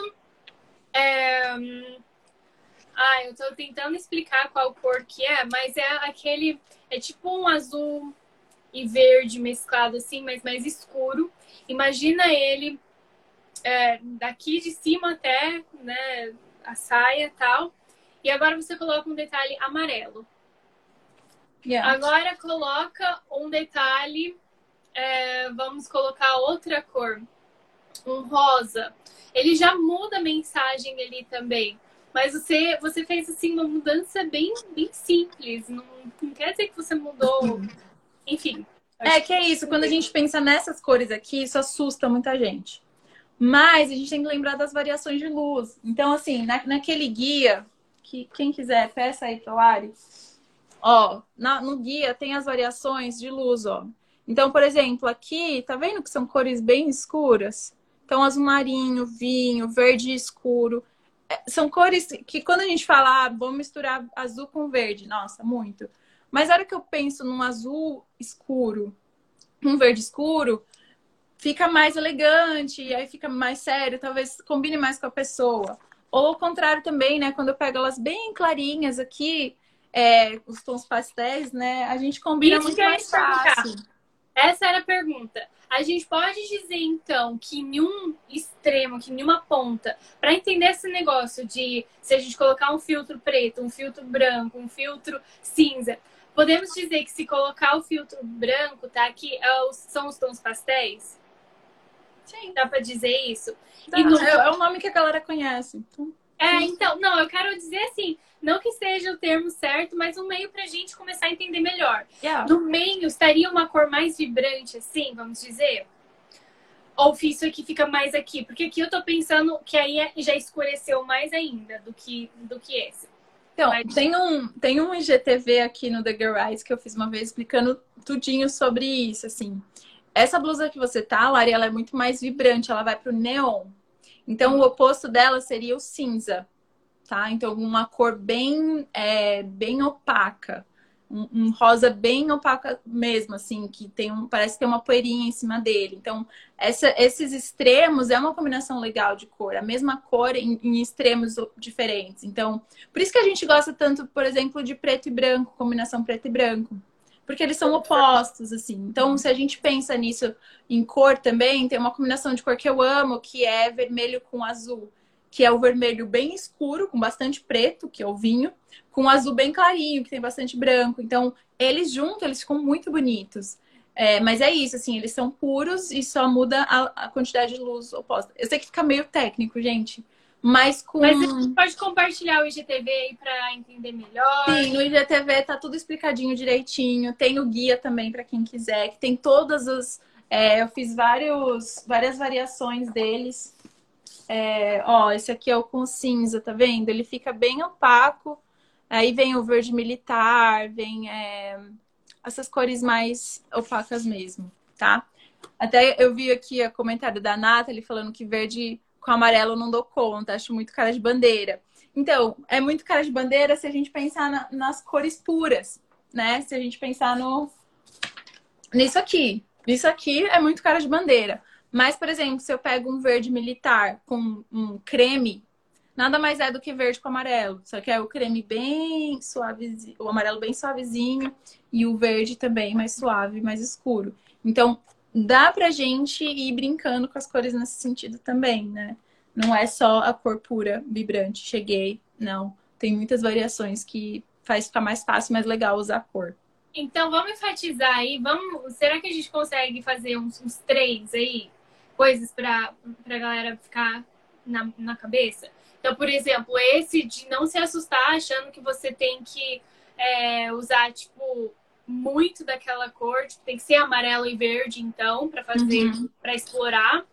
eu tô tentando explicar qual cor que é, mas é aquele... É tipo um azul e verde mesclado assim, mas mais escuro. Imagina ele daqui de cima até, né, a saia e tal. E agora você coloca um detalhe amarelo. Agora coloca um detalhe, vamos colocar outra cor, um rosa. Ele já muda a mensagem ali também. Mas você fez assim uma mudança bem, bem simples. Não quer dizer que você mudou. Enfim. Que é isso. Quando a gente pensa nessas cores aqui, isso assusta muita gente. Mas a gente tem que lembrar das variações de luz. Então, assim, naquele guia, que quem quiser, peça aí pra Lari. Ó, no guia tem as variações de luz, ó. Então, por exemplo, aqui, tá vendo que são cores bem escuras? Então, azul marinho, vinho, verde escuro. São cores que quando a gente fala, vamos misturar azul com verde, nossa, muito. Mas na hora que eu penso num azul escuro, um verde escuro, fica mais elegante, e aí fica mais sério, talvez combine mais com a pessoa. Ou ao contrário também, né? Quando eu pego elas bem clarinhas aqui, os tons pastéis, né? A gente combina muito mais fácil. Essa era a pergunta. A gente pode dizer, então, que em um extremo, que em uma ponta, para entender esse negócio de se a gente colocar um filtro preto, um filtro branco, um filtro cinza, podemos dizer que se colocar o filtro branco, tá? Que são os tons pastéis? Sim. Dá para dizer isso? Tá, é o nome que a galera conhece. Então... então, não, eu quero dizer assim, não que seja o termo certo, mas um meio pra gente começar a entender melhor. Yeah. No meio estaria uma cor mais vibrante, assim, vamos dizer? Ou isso aqui fica mais aqui? Porque aqui eu tô pensando que aí já escureceu mais ainda do que esse. Então, mas... tem um IGTV aqui no The Girl Eyes que eu fiz uma vez explicando tudinho sobre isso, assim. Essa blusa que você tá, Lari, ela é muito mais vibrante, ela vai pro neon. Então, o oposto dela seria o cinza, tá? Então, uma cor bem opaca. Um rosa bem opaca mesmo, assim, que parece ter uma poeirinha em cima dele. Então, esses extremos é uma combinação legal de cor. A mesma cor em extremos diferentes. Então, por isso que a gente gosta tanto, por exemplo, de preto e branco, combinação preto e branco. Porque eles são opostos, assim. Então, se a gente pensa nisso em cor também, tem uma combinação de cor que eu amo, que é vermelho com azul. Que é o vermelho bem escuro, com bastante preto, que é o vinho, com o azul bem clarinho, que tem bastante branco. Então, eles juntos, eles ficam muito bonitos. Mas é isso, assim, eles são puros e só muda a quantidade de luz oposta. Eu sei que fica meio técnico, gente. Mas a gente pode compartilhar o IGTV aí pra entender melhor. Sim, no IGTV tá tudo explicadinho direitinho. Tem o guia também para quem quiser, que tem todas as... eu fiz várias variações deles. Esse aqui é o com cinza, tá vendo? Ele fica bem opaco. Aí vem o verde militar, vem essas cores mais opacas mesmo, tá? Até eu vi aqui o comentário da Nathalie falando que verde com amarelo não dou conta, acho muito cara de bandeira. Então, é muito cara de bandeira se a gente pensar nas cores puras, né? Se a gente pensar nisso aqui. Isso aqui é muito cara de bandeira. Mas, por exemplo, se eu pego um verde militar com um creme, nada mais é do que verde com amarelo. Só que é o creme bem suave, o amarelo bem suavezinho e o verde também mais suave, mais escuro. Então, dá pra gente ir brincando com as cores nesse sentido também, né? Não é só a cor pura, vibrante, cheguei. Não. Tem muitas variações que faz ficar mais fácil, mais legal usar a cor. Então, vamos enfatizar aí. Será que a gente consegue fazer uns 3 aí? Coisas pra galera ficar na cabeça? Então, por exemplo, esse de não se assustar achando que você tem que usar, tipo, muito daquela cor. Tipo, tem que ser amarelo e verde, então, pra fazer, pra explorar.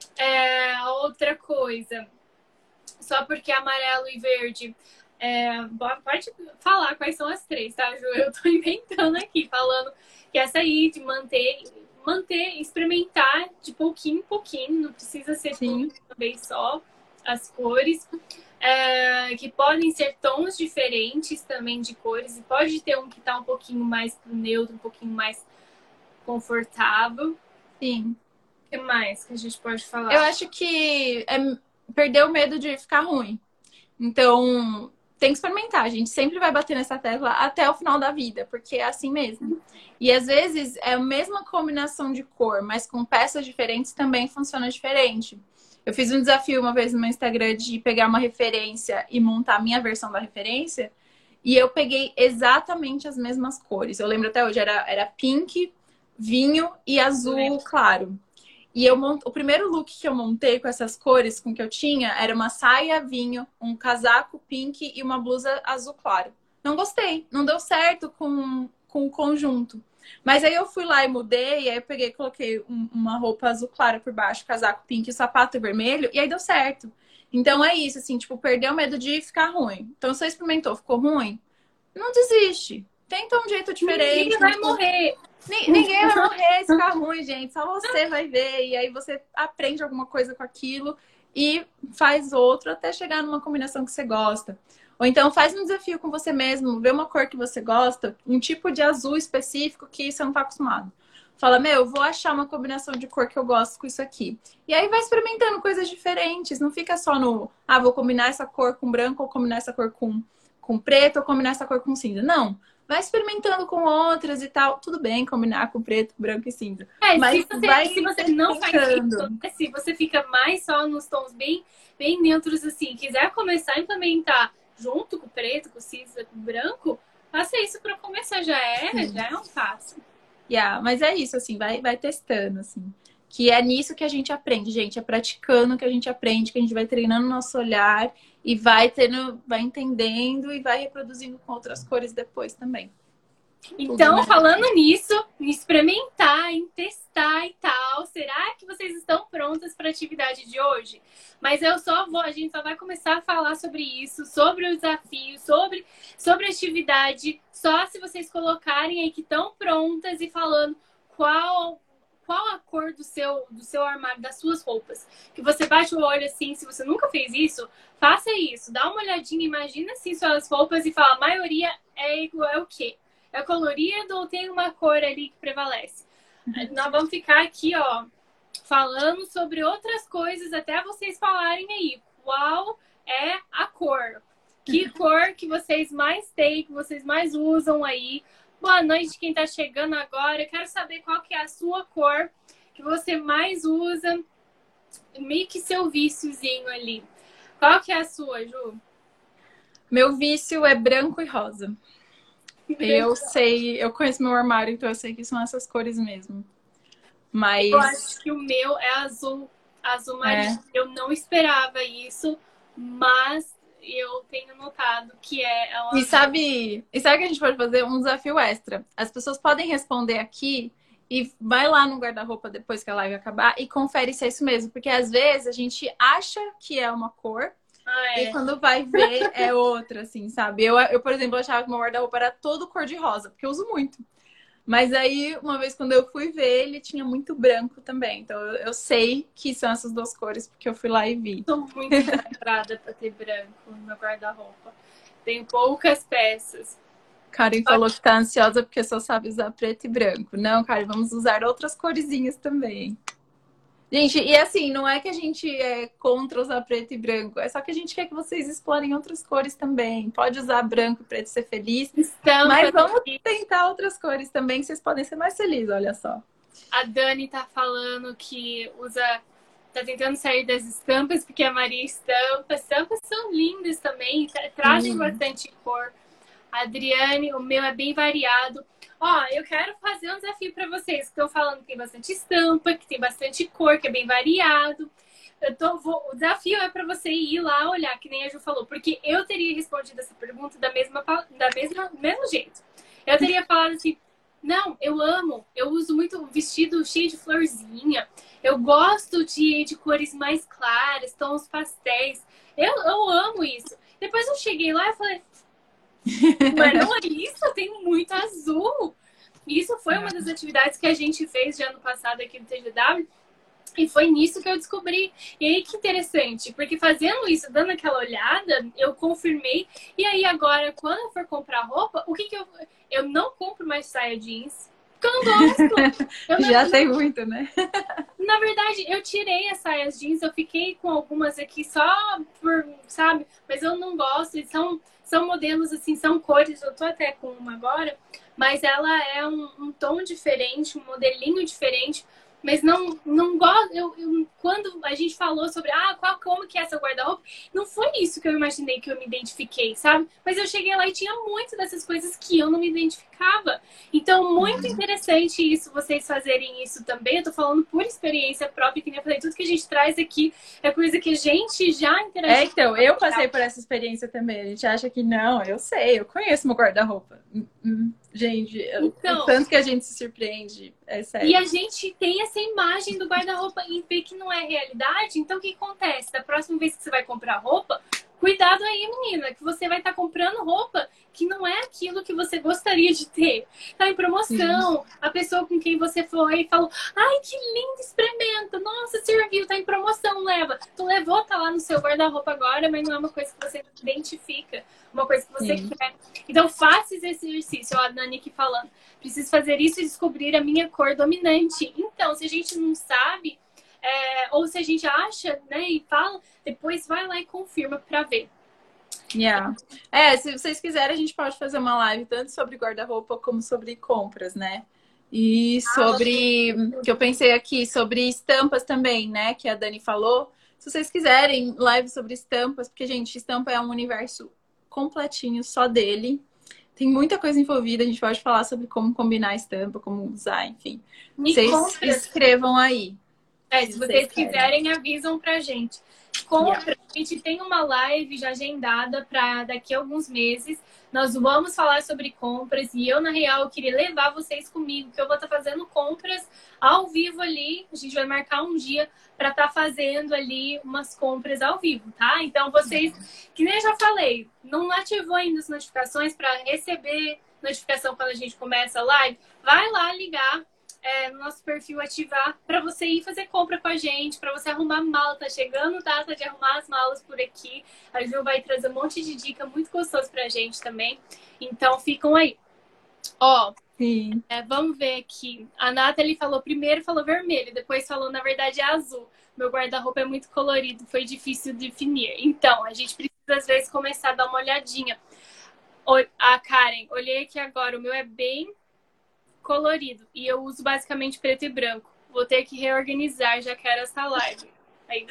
Outra coisa, só porque amarelo e verde... pode falar quais são as 3, tá, Ju? Eu tô inventando aqui, falando que essa aí de manter, experimentar de pouquinho em pouquinho, não precisa ser tudo de uma vez só, as cores, que podem ser tons diferentes também de cores, e pode ter um que tá um pouquinho mais neutro, um pouquinho mais confortável. Sim. O que mais que a gente pode falar? Eu acho que perder o medo de ficar ruim. Então, tem que experimentar. A gente sempre vai bater nessa tecla até o final da vida, porque é assim mesmo. E às vezes é a mesma combinação de cor, mas com peças diferentes também funciona diferente. Eu fiz um desafio uma vez no meu Instagram de pegar uma referência e montar a minha versão da referência. E eu peguei exatamente as mesmas cores. Eu lembro até hoje, era pink, vinho e azul claro. E o primeiro look que eu montei com essas cores, com que eu tinha, era uma saia vinho, um casaco pink e uma blusa azul claro. Não gostei, não deu certo com o conjunto. Mas aí eu fui lá e mudei, e aí eu peguei e coloquei uma roupa azul clara por baixo, casaco pink e sapato vermelho, e aí deu certo. Então é isso, assim, tipo, perder o medo de ficar ruim. Então, se você experimentou, ficou ruim, não desiste. Tenta um jeito diferente. Ninguém vai morrer. Ninguém vai morrer se ficar ruim, gente. Só você vai ver. E aí você aprende alguma coisa com aquilo e faz outro até chegar numa combinação que você gosta. Ou então faz um desafio com você mesmo. Vê uma cor que você gosta, um tipo de azul específico que você não tá acostumado. Fala, eu vou achar uma combinação de cor que eu gosto com isso aqui. E aí vai experimentando coisas diferentes. Não fica só vou combinar essa cor com branco ou combinar essa cor com preto ou combinar essa cor com cinza. Não. vai experimentando com outras e tal. Tudo bem combinar com preto, branco e cinza. É, Mas vai se você não faz isso, né, se você fica mais só nos tons bem neutros, assim, quiser começar a implementar junto com o preto, com o cinza, com o branco, faça isso para começar, já é um passo. Yeah, mas é isso, assim, vai testando, assim. Que é nisso que a gente aprende, gente. É praticando que a gente aprende, que a gente vai treinando o nosso olhar e vai entendendo e vai reproduzindo com outras cores depois também. Então, falando nisso, em experimentar, em testar e tal, será que vocês estão prontas para a atividade de hoje? Mas a gente só vai começar a falar sobre isso, sobre o desafio, sobre a atividade, só se vocês colocarem aí que estão prontas e falando qual a cor do seu armário, das suas roupas. Que você bate o olho assim, se você nunca fez isso, faça isso, dá uma olhadinha, imagina assim suas roupas e fala, a maioria é o quê? É colorido ou tem uma cor ali que prevalece? Nós vamos ficar aqui, ó, falando sobre outras coisas até vocês falarem aí qual é a cor. Que cor que vocês mais têm, que vocês mais usam aí. Boa noite quem tá chegando agora. Eu quero saber qual que é a sua cor que você mais usa. Meio que seu viciozinho ali. Qual que é a sua, Ju? Meu vício é branco e rosa. Eu sei, eu conheço meu armário, então eu sei que são essas cores mesmo. Mas eu acho que o meu é azul marinho. É. Eu não esperava isso, mas eu tenho notado que é azul. E sabe que a gente pode fazer um desafio extra? As pessoas podem responder aqui e vai lá no guarda-roupa depois que a live acabar e confere se é isso mesmo, porque às vezes a gente acha que é uma cor. E quando vai ver, é outra, assim, sabe? Eu, por exemplo, achava que meu guarda-roupa era todo cor-de-rosa, porque eu uso muito. Mas aí, uma vez quando eu fui ver, ele tinha muito branco também. Então, eu sei que são essas duas cores, porque eu fui lá e vi. Tô muito preparada pra ter branco no meu guarda-roupa. Tenho poucas peças. Karen falou que tá ansiosa porque só sabe usar preto e branco. Não, Karen, vamos usar outras coresinhas também. Gente, e assim, não é que a gente é contra usar preto e branco, é só que a gente quer que vocês explorem outras cores também. Pode usar branco e preto e ser feliz, mas vamos tentar outras cores também, que vocês podem ser mais felizes, olha só. A Dani tá falando que tá tentando sair das estampas, porque a Maria estampa. Estampas são lindas também, trazem bastante cor. A Adriane, o meu é bem variado. Ó, eu quero fazer um desafio para vocês que estão falando que tem bastante estampa, que tem bastante cor, que é bem variado. O desafio é para você ir lá olhar, que nem a Ju falou, porque eu teria respondido essa pergunta do mesmo jeito. Eu teria falado assim, não, eu uso muito vestido cheio de florzinha, eu gosto de cores mais claras, tons pastéis, eu amo isso. Depois eu cheguei lá e falei, mas não é isso, tem muito azul. Isso foi uma das atividades que a gente fez de ano passado aqui no TGW. E foi nisso que eu descobri. E aí que interessante, porque fazendo isso, dando aquela olhada, eu confirmei. E aí agora, quando eu for comprar roupa, o que eu não compro mais saia jeans. Porque eu não gosto. Já tem muito, né? Na verdade, eu tirei as saias jeans, eu fiquei com algumas aqui só por, sabe? Mas eu não gosto. São modelos assim, são cores. Eu tô até com uma agora, mas ela é um tom diferente, um modelinho diferente. Mas não gosto. Quando a gente falou sobre como que é essa guarda-roupa, não foi isso que eu imaginei que eu me identifiquei, sabe? Mas eu cheguei lá e tinha muitas dessas coisas que eu não me identificava. Então, muito interessante isso, vocês fazerem isso também. Eu tô falando por experiência própria, que nem eu falei, tudo que a gente traz aqui é coisa que a gente já interagiu. Então, eu passei por essa experiência também. A gente acha que não, eu sei, eu conheço meu guarda-roupa. Gente, o tanto que a gente se surpreende, é sério. E a gente tem essa imagem do guarda-roupa e vê que não é realidade. Então, o que acontece? Da próxima vez que você vai comprar roupa, cuidado aí, menina, que você vai estar comprando roupa que não é aquilo que você gostaria de ter. Tá em promoção. A pessoa com quem você foi e falou, ai, que lindo, experimenta. Nossa, serviu, tá em promoção, leva. Tu levou, tá lá no seu guarda-roupa agora, mas não é uma coisa que você identifica. Uma coisa que você quer. Então, faça esse exercício. Ó, a Nani aqui falando. Preciso fazer isso e descobrir a minha cor dominante. Então, se a gente não sabe, ou se a gente acha, né, e fala, depois vai lá e confirma pra ver. Yeah. Se vocês quiserem, a gente pode fazer uma live tanto sobre guarda-roupa como sobre compras, né? E sobre, que eu pensei aqui, sobre estampas também, né? Que a Dani falou. Se vocês quiserem live sobre estampas, porque, gente, estampa é um universo completinho só dele. Tem muita coisa envolvida, a gente pode falar sobre como combinar a estampa, como usar, enfim. Vocês escrevam aí. Se vocês quiserem, avisam pra gente. Compra, a gente tem uma live já agendada para daqui a alguns meses. Nós vamos falar sobre compras e eu, na real, queria levar vocês comigo, que eu vou estar fazendo compras ao vivo ali. A gente vai marcar um dia para estar fazendo ali umas compras ao vivo, tá? Então, vocês, que nem eu já falei, não ativou ainda as notificações para receber notificação quando a gente começa a live, vai lá ligar. No nosso perfil, ativar para você ir fazer compra com a gente, para você arrumar mala. Tá chegando data de arrumar as malas por aqui. A Ju vai trazer um monte de dica muito gostoso pra gente também. Então, ficam aí. Sim. Vamos ver aqui. A Nathalie primeiro falou vermelho, depois falou, na verdade, azul. Meu guarda-roupa é muito colorido, foi difícil de definir. Então, a gente precisa, às vezes, começar a dar uma olhadinha. A Karen, olhei aqui agora, o meu é bem colorido. E eu uso basicamente preto e branco. Vou ter que reorganizar, já quero essa live. Aí,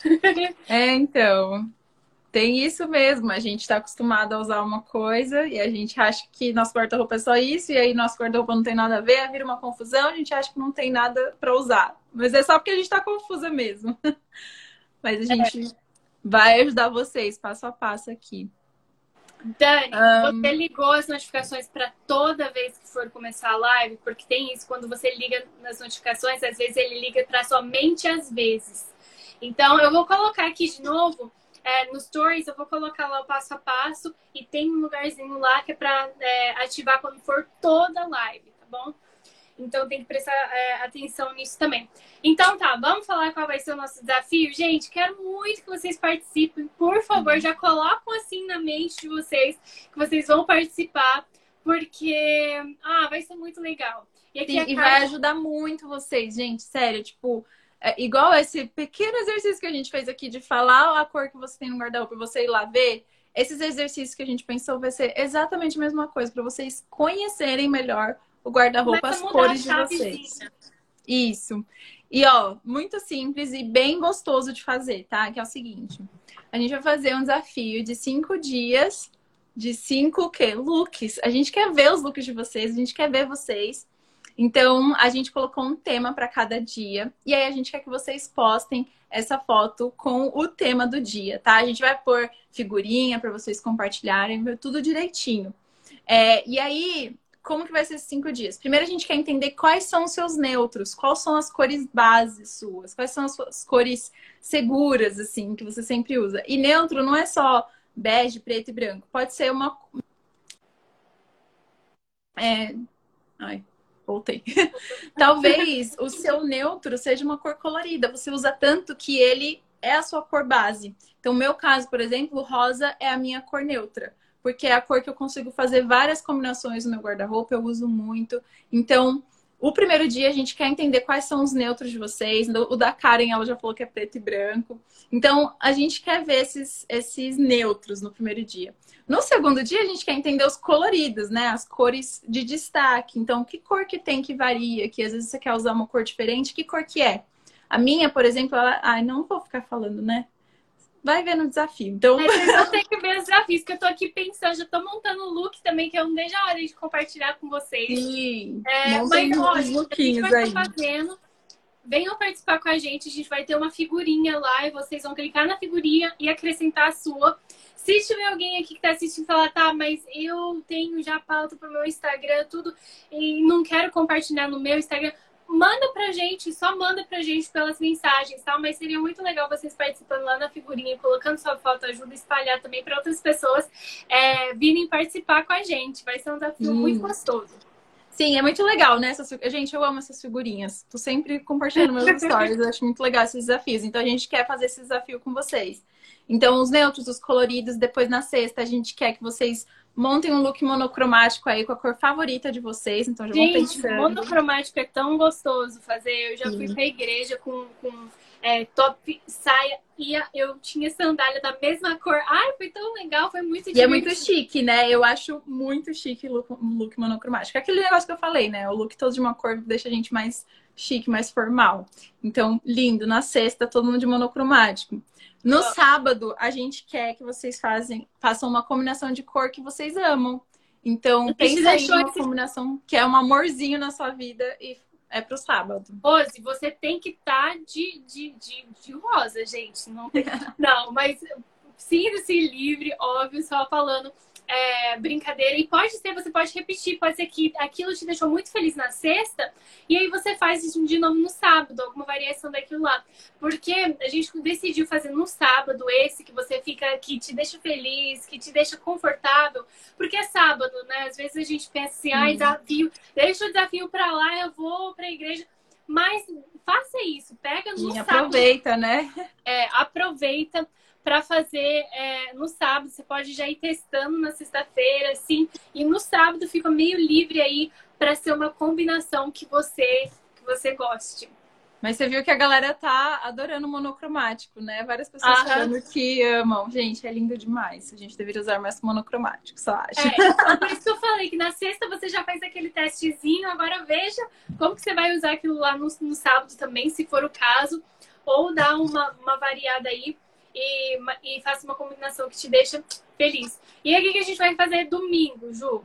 então. Tem isso mesmo. A gente tá acostumado a usar uma coisa e a gente acha que nosso guarda-roupa é só isso, e aí nosso guarda-roupa não tem nada a ver, vira uma confusão, a gente acha que não tem nada para usar. Mas é só porque a gente tá confusa mesmo. Mas a gente vai ajudar vocês passo a passo aqui. Dani, você ligou as notificações para toda vez que for começar a live? Porque tem isso, quando você liga nas notificações, às vezes ele liga para somente às vezes. Então, eu vou colocar aqui de novo, no Stories, eu vou colocar lá o passo a passo e tem um lugarzinho lá que é para ativar quando for toda a live, tá bom? Então, tem que prestar atenção nisso também. Então, tá, vamos falar qual vai ser o nosso desafio? Gente, quero muito que vocês participem. Por favor, já colocam assim na mente de vocês que vocês vão participar, porque vai ser muito legal. E aqui vai ajudar muito vocês, gente, sério, tipo, igual esse pequeno exercício que a gente fez aqui de falar a cor que você tem no guarda-roupa e você ir lá ver. Esses exercícios que a gente pensou vai ser exatamente a mesma coisa, para vocês conhecerem melhor o guarda-roupa, as cores de vocês. Isso. E, muito simples e bem gostoso de fazer, tá? Que é o seguinte. A gente vai fazer um desafio de 5 dias, de 5 looks. A gente quer ver os looks de vocês, a gente quer ver vocês. Então, a gente colocou um tema para cada dia. E aí, a gente quer que vocês postem essa foto com o tema do dia, tá? A gente vai pôr figurinha para vocês compartilharem, tudo direitinho. E aí... Como que vai ser esses 5 dias? Primeiro, a gente quer entender quais são os seus neutros, quais são as cores bases suas, quais são as suas cores seguras, assim, que você sempre usa. E neutro não é só bege, preto e branco. Pode ser uma... Ai, voltei. Talvez o seu neutro seja uma cor colorida. Você usa tanto que ele é a sua cor base. Então, no meu caso, por exemplo, o rosa é a minha cor neutra. Porque é a cor que eu consigo fazer várias combinações no meu guarda-roupa, eu uso muito. Então, o primeiro dia a gente quer entender quais são os neutros de vocês. O da Karen, ela já falou que é preto e branco. Então, a gente quer ver esses neutros no primeiro dia. No segundo dia, a gente quer entender os coloridos, né? As cores de destaque. Então, que cor que tem que varia? Que às vezes você quer usar uma cor diferente. Que cor que é? A minha, por exemplo, ela... Ai, não vou ficar falando, né? Vai ver no desafio. Então... Vocês vão ter que ver os desafios, que eu tô aqui pensando, já tô montando um look também, que eu não vejo a hora de compartilhar com vocês. Sim, mas olha, a gente vai estar fazendo. Venham participar com a gente vai ter uma figurinha lá e vocês vão clicar na figurinha e acrescentar a sua. Se tiver alguém aqui que tá assistindo e falar, tá, mas eu tenho já pauta pro meu Instagram, tudo, e não quero compartilhar no meu Instagram, manda pra gente, só manda pra gente pelas mensagens, tá? Mas seria muito legal vocês participando lá na figurinha, colocando sua foto, ajuda a espalhar também para outras pessoas virem participar com a gente. Vai ser um desafio muito gostoso. Sim, é muito legal, né? Gente, eu amo essas figurinhas. Tô sempre compartilhando meus stories, eu acho muito legal esses desafios. Então, a gente quer fazer esse desafio com vocês. Então, os neutros, os coloridos, depois na sexta, a gente quer que vocês Montem um look monocromático aí com a cor favorita de vocês. Então já vão Gente, pensando. monocromático é tão gostoso fazer. Eu já fui pra igreja com top, saia e eu tinha sandália da mesma cor. Ai, foi tão legal, foi muito divertido. E é muito chique, né? Eu acho muito chique o look monocromático. Aquele negócio que eu falei, né? O look todo de uma cor deixa a gente mais chique, mais formal. Então, lindo. Na sexta, todo mundo de monocromático. No sábado, a gente quer que vocês façam uma combinação de cor que vocês amam. Então, pensa aí em uma combinação que é um amorzinho na sua vida e é pro sábado. Rose, você tem que estar de rosa, gente. Não, não, mas sinta-se livre, óbvio, só falando brincadeira. E pode ser, você pode repetir, pode ser que aquilo te deixou muito feliz na sexta, e aí você faz isso de novo no sábado, alguma variação daquilo lá. Porque a gente decidiu fazer no sábado esse que você fica, que te deixa feliz, que te deixa confortável, porque é sábado, né? Às vezes a gente pensa assim, ai, desafio, deixa o desafio pra lá, eu vou pra igreja. Mas faça isso, pega no sábado. Aproveita, né? Aproveita para fazer no sábado. Você pode já ir testando na sexta-feira, assim, e no sábado fica meio livre aí para ser uma combinação que você goste. Mas você viu que a galera tá adorando o monocromático, né? Várias pessoas falando que amam. Gente, é lindo demais. A gente deveria usar mais monocromático, só acho. Então, por isso que eu falei que na sexta você já faz aquele testezinho. Agora veja como que você vai usar aquilo lá no sábado também, se for o caso. Ou dá uma variada aí e faça uma combinação que te deixa feliz. E aí, o que a gente vai fazer domingo, Ju?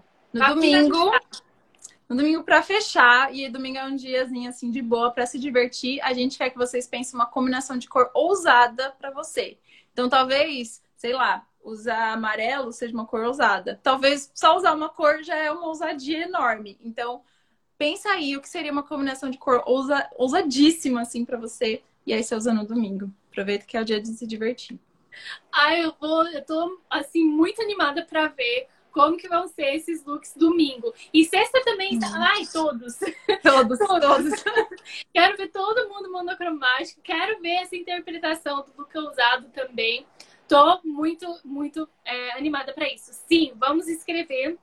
No domingo para fechar, e domingo é um diazinho assim de boa para se divertir. A gente quer que vocês pensem uma combinação de cor ousada para você. Então, talvez, sei lá, usar amarelo seja uma cor ousada. Talvez só usar uma cor já é uma ousadia enorme. Então, pensa aí o que seria uma combinação de cor ousadíssima assim para você. E aí você usa no domingo. Aproveita que é o dia de se divertir. Eu tô assim muito animada para ver como que vão ser esses looks domingo. E sexta também. Ai, todos. Todos. Quero ver todo mundo monocromático. Quero ver essa interpretação do look ousado também. Tô muito, muito animada para isso. Sim, vamos escrever.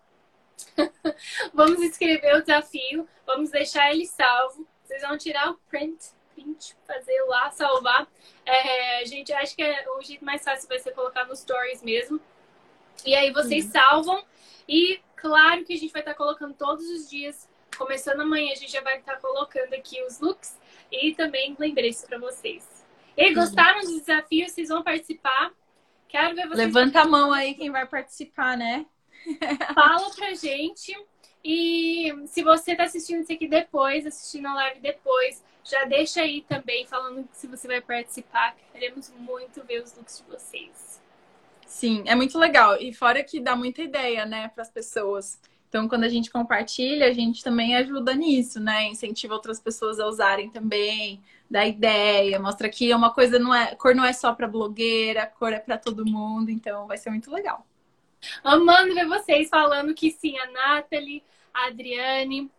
Vamos escrever o desafio. Vamos deixar ele salvo. Vocês vão tirar o print, fazer lá, salvar. Gente, acho que o jeito mais fácil vai ser colocar nos stories mesmo. E aí vocês salvam. E claro que a gente vai estar colocando todos os dias. Começando amanhã, a gente já vai estar colocando aqui os looks. E também lembretes para vocês. E aí, gostaram do desafio? Vocês vão participar? Quero ver vocês. Levanta a mão aí quem vai participar, né? Fala pra gente. E se você tá assistindo isso aqui depois, assistindo a live depois, já deixa aí também falando se você vai participar. Queremos muito ver os looks de vocês. Sim, é muito legal. E fora que dá muita ideia, né, para as pessoas. Então, quando a gente compartilha, a gente também ajuda nisso, né? Incentiva outras pessoas a usarem também, dá ideia, mostra que é uma coisa, cor não é só para blogueira, cor é para todo mundo. Então, vai ser muito legal. Amando ver vocês falando que sim, a Nathalie, a Adriane,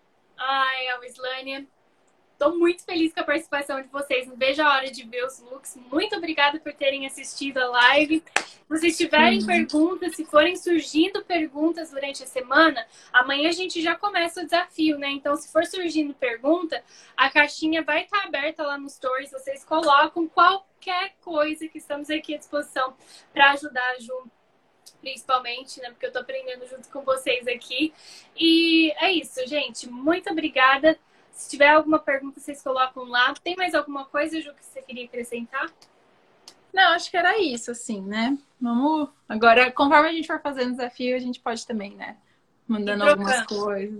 a Wislânia. Tô muito feliz com a participação de vocês. Não vejo a hora de ver os looks. Muito obrigada por terem assistido a live. Se vocês tiverem perguntas, se forem surgindo perguntas durante a semana, amanhã a gente já começa o desafio, né? Então, se for surgindo pergunta, a caixinha vai estar aberta lá nos stories. Vocês colocam qualquer coisa que estamos aqui à disposição para ajudar a Ju, principalmente, né? Porque eu tô aprendendo junto com vocês aqui. E é isso, gente. Muito obrigada. Se tiver alguma pergunta, vocês colocam lá. Tem mais alguma coisa, Ju, que você queria acrescentar? Não, acho que era isso, assim, né? Vamos... Agora, conforme a gente for fazendo desafio, a gente pode também, né? Mandando algumas coisas.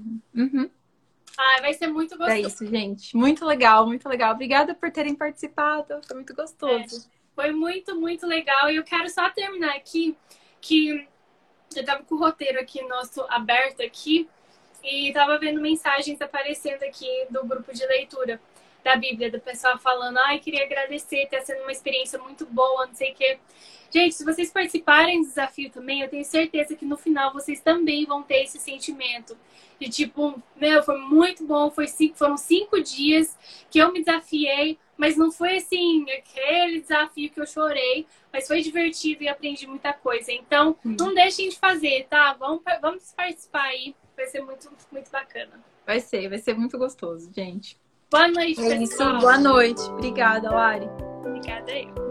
Vai ser muito gostoso. É isso, gente. Muito legal, muito legal. Obrigada por terem participado. Foi muito gostoso. Foi muito, muito legal. E eu quero só terminar aqui que eu tava com o roteiro aqui nosso aberto aqui. E tava vendo mensagens aparecendo aqui do grupo de leitura da Bíblia, do pessoal falando, queria agradecer, tá sendo uma experiência muito boa, não sei o quê. Gente, se vocês participarem do desafio também, eu tenho certeza que no final vocês também vão ter esse sentimento. De tipo, foi muito bom, foram 5 dias que eu me desafiei, mas não foi assim, aquele desafio que eu chorei, mas foi divertido e aprendi muita coisa. Então, não deixem de fazer, tá? Vamos participar aí, vai ser muito, muito bacana. Vai ser muito gostoso, gente. Boa noite, É isso, pessoal. boa noite. Obrigada, Lari. Obrigada aí.